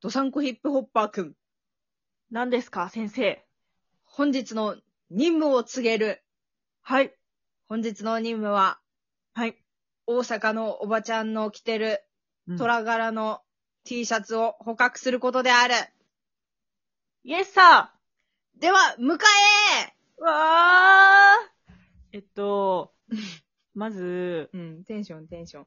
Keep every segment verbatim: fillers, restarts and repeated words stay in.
ドサンコヒップホッパーくん。 何ですか、先生。 本日の任務を告げる。 はい。 本日の任務は、 はい。 大阪のおばちゃんの着てる虎柄の T シャツを捕獲することである。 イエスサでは、迎えーわーえっと、まず、 うん、テンション、テンション。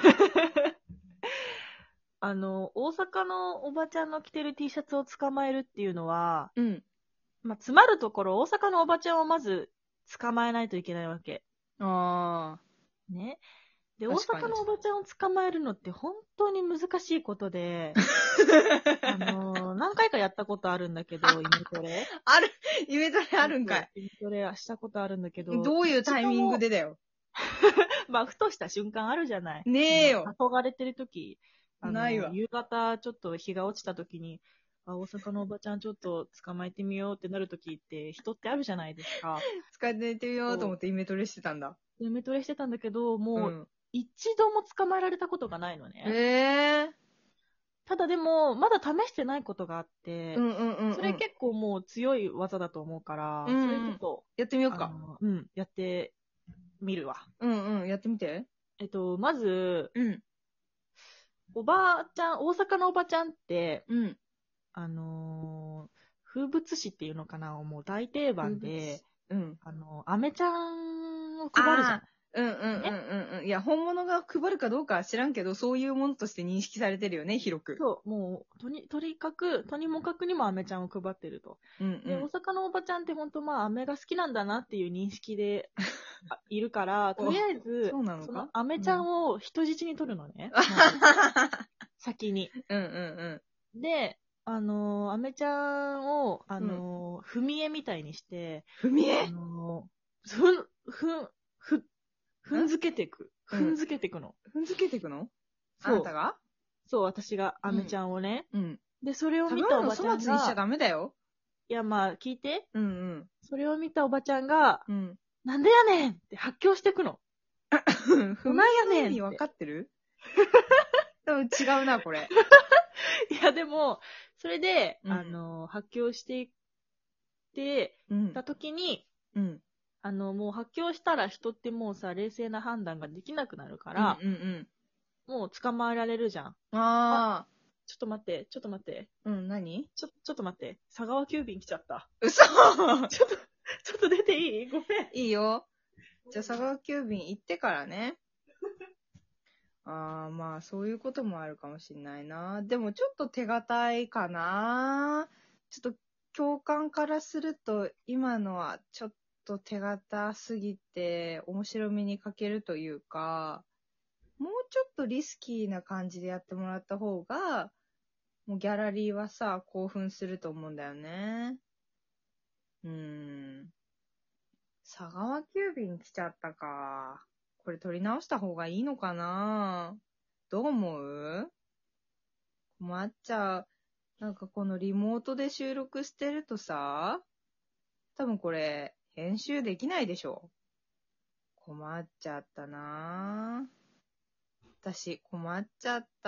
あの、大阪のおばちゃんの着てる T シャツを捕まえるっていうのは、 うん。 まあ、詰まるところ、大阪のおばちゃんをまず捕まえないといけないわけ。 あね。で、大確かに阪のおばちゃんを捕まえるのって本当に難しいことで、あのー、何回かやったことあるんだけど、イメトレ。 ある、イメトレあるんかい。 イメトレはしたことあるんだけど。 どういうタイミングでだよ。 まあ、ふとした瞬間あるじゃない。 ねえよ。 憧れてる時、あのないわ。 夕方ちょっと日が落ちた時に、あ、大阪のおばちゃんちょっと捕まえてみようってなる時って人ってあるじゃないですか。 使ってみようと思ってイメトレしてたんだ。 イメトレしてたんだけど、もう、 うん、 一度も捕まえられたことがないのね。 へえ。 ただでも、まだ試してないことがあって、 うんうんうん、うん。 それ結構もう強い技だと思うから、 うんうん、 それちょっと、 やってみようか。 うん、やってみるわ。 うんうん、やってみて。 えっと、まず、 うん。 おばあちゃん、大阪のおばちゃんって、 うん。 あのー、風物詩っていうのかな、もう大定番で、 うん。 あの、アメちゃんを配るじゃん。 うんうんうんうんうん。いや、本物が配るかどうかは知らんけど、そういうものとして認識されてるよね、広く。 そう、もう、とに、とにかく、とにもかくにもアメちゃんを配ってると。 うんうん。 で、大阪のおばちゃんって本当まあ、アメが好きなんだなっていう認識であいるから、とりあえず、 そうなのかそのアメちゃんを人質に取るのね。 うん、 まず先に。 うんうんうん。で、あのー、アメちゃんを、あのー、踏み絵みたいにして、 踏み絵あのー、ふん、ふん、ふ、踏んづけていく。 うん踏んづけていくの。 踏んづけていくのあそう。 なたがそう、私がアメちゃんをね。 うん。 で、それを見食べ物たおばちゃん粗末にしちゃが、 ダメだよ。 いや、まあ、聞いて。 うんうん。 それを見たおばちゃんが、 うん。 なんでやねんって発狂していくの。 踏み絵の意味分かってる多分違うな、これ。 いや、でも、それで、 うんあの、発狂していってうんた時に、 うん。 あの、もう発狂したら人ってもうさ、冷静な判断ができなくなるかうんら、 うんうん。 もう捕まえられるじゃん。 ああ。 ちょっと待って、ちょっと待って。 うん、何ちょ、ちょっと待って。佐川急便来ちゃった。 嘘ちょっと、ちょっと出ていいごめん。 いいよ。じゃあ、佐川急便行ってからね。ああ、まあ、そういうこともあるかもしんないな。でも、ちょっと手堅いかな。ちょっと、共感からすると、今のはちょっと手堅すぎて、面白みに欠けるというか、もうちょっとリスキーな感じでやってもらった方が、もうギャラリーはさ、興奮すると思うんだよね。うーん。佐川急便来ちゃったか。これ取り直した方がいいのかな？どう思う？困っちゃう。なんかこのリモートで収録してるとさ、多分これ編集できないでしょ。困っちゃったなぁ。私困っちゃった。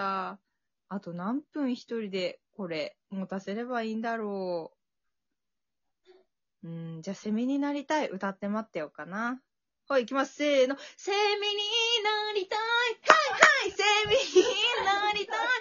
あと何分一人でこれ持たせればいいんだろう。うん、じゃあセミになりたい。歌って待ってようかな。はい、行きます。せーの。セミになりたい。はいはい。セミになりたい。はいはい。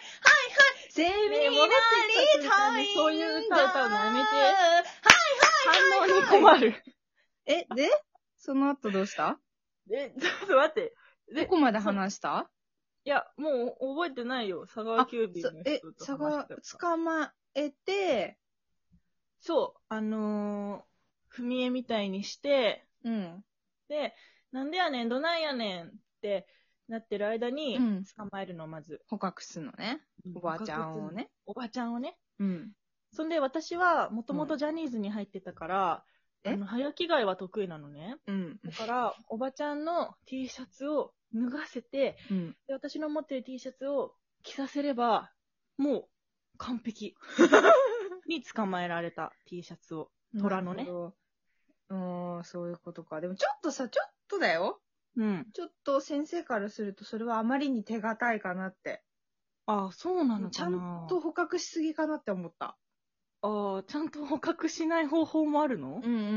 セミになりたい。 そういう歌歌うのやめて。 はいはい。 反応に困る。 え、でその後どうした？ え、ちょっと待って。 どこまで話した？ いや、もう覚えてないよ。佐川急便のえ、 人と佐川話してた。 捕まえて、 そう、あのー、踏み絵みたいにして、 うん。 で、なんでやねん、どないやねんってなってる間にうん捕まえるの、まず。 捕獲するのね。おばあちゃんをね。 おばちゃんをね。 うん。 そんで、私は、もともとジャニーズに入ってたから、 うん、 あの、早着替えは得意なのね。 うん。 だから、おばちゃんの T シャツを脱がせて、 うん。 で私の持ってる T シャツを着させれば、もう、完璧に捕まえられた T シャツを。虎のね。 うーん、そういうことか。でもちょっとさ、ちょっとだよ。 うん。 ちょっと先生からするとそれはあまりに手堅いかなってあ、そうなのちゃかな。 んと捕獲しすぎかなって思った。 ああ、ちゃんと捕獲しない方法もあるの？ うんうんうん。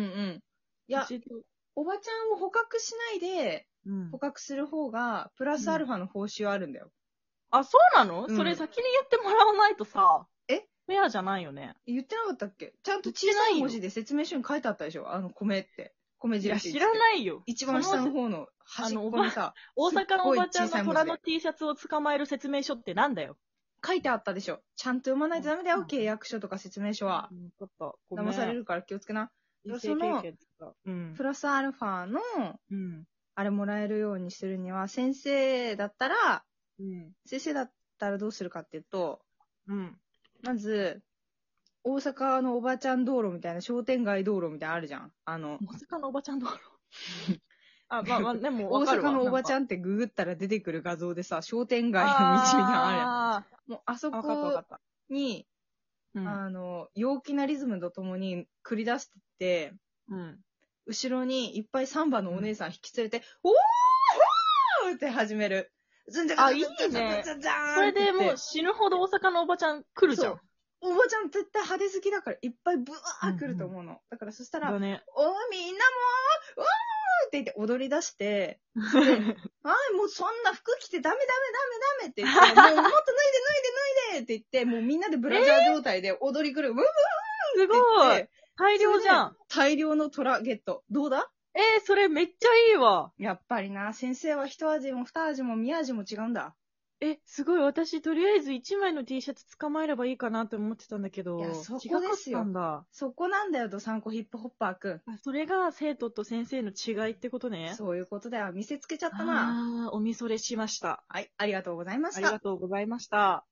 いや、 教えて。 おばちゃんを捕獲しないで、 うん捕。獲する方が、プラスアルファの報酬あるんだよ。 あ、そうなの？ うんそれ先に言ってもらわないとさ、 えフェアじゃないよね。 言ってなかったっけ？ちゃんと小言ってないよさい文字で説明書に書いてあったでしょ？あの、米って。米いや、 印って。 知らないよ。 一番下の方の端っこにさ、 大阪のおばちゃんすっごい小さい文字での虎の T シャツを捕まえる説明書ってなんだよ。 書いてあったでしょ？ちゃんと読まないとダメだよ、 うん契約書とか説明書は。 うん、ちょっと、ごめん。 騙されるから気をつけな。 人生経験とか。うんプ。ラスアルファの、 うん。 あれもらえるようにするには、先生だったら、 うん。 先生だったらどうするかっていうと、 うん。 まず、大阪のおばちゃん道路みたいな商店街道路みたいなのあるじゃん。あの、 大阪のおばちゃん道路。あ、まあまあ、でも大わかるわ。 阪のおばちゃんんってググったら出てくる画像でさ、商店街の道みたいなのあるやん。 あもうあそあ、わかったわかこった。 に、 うん。 あの、陽気なリズムとともに繰り出してって、 うん。 後ろにいっぱいサンバのお姉さん引き連れて、おーおーって始める。ずんじゃあいいねそれでもう死ぬほど大阪のおばちゃん来るじゃん。 おばちゃん絶対派手好きだからいっぱいブワー来ると思うの。だからそしたら、 だね。 おーみんなもーわーって言って踊り出して、で、はい、もうそんな服着てダメダメダメダメって言って、もうもっと脱いで脱いで脱いでって言って、もうみんなでブラジャー状態で踊り狂う。ブーブーすごい。大量じゃん。 大量の虎ゲット。どうだ？ えー、それめっちゃいいわ。 やっぱりな、先生は一味も二味も三味も違うんだ。 え、すごい。私、とりあえずいちまいの T シャツ捕まえればいいかなって思ってたんだけど。 いやそこ違かっですよたんだ。 そこなんだよ、ドサンコヒップホッパーくん。 あそれが生徒と先生の違いってことね。 そういうことだよ。見せつけちゃったな。 あー、おみそれしました。 はい、ありがとうございました。 ありがとうございました。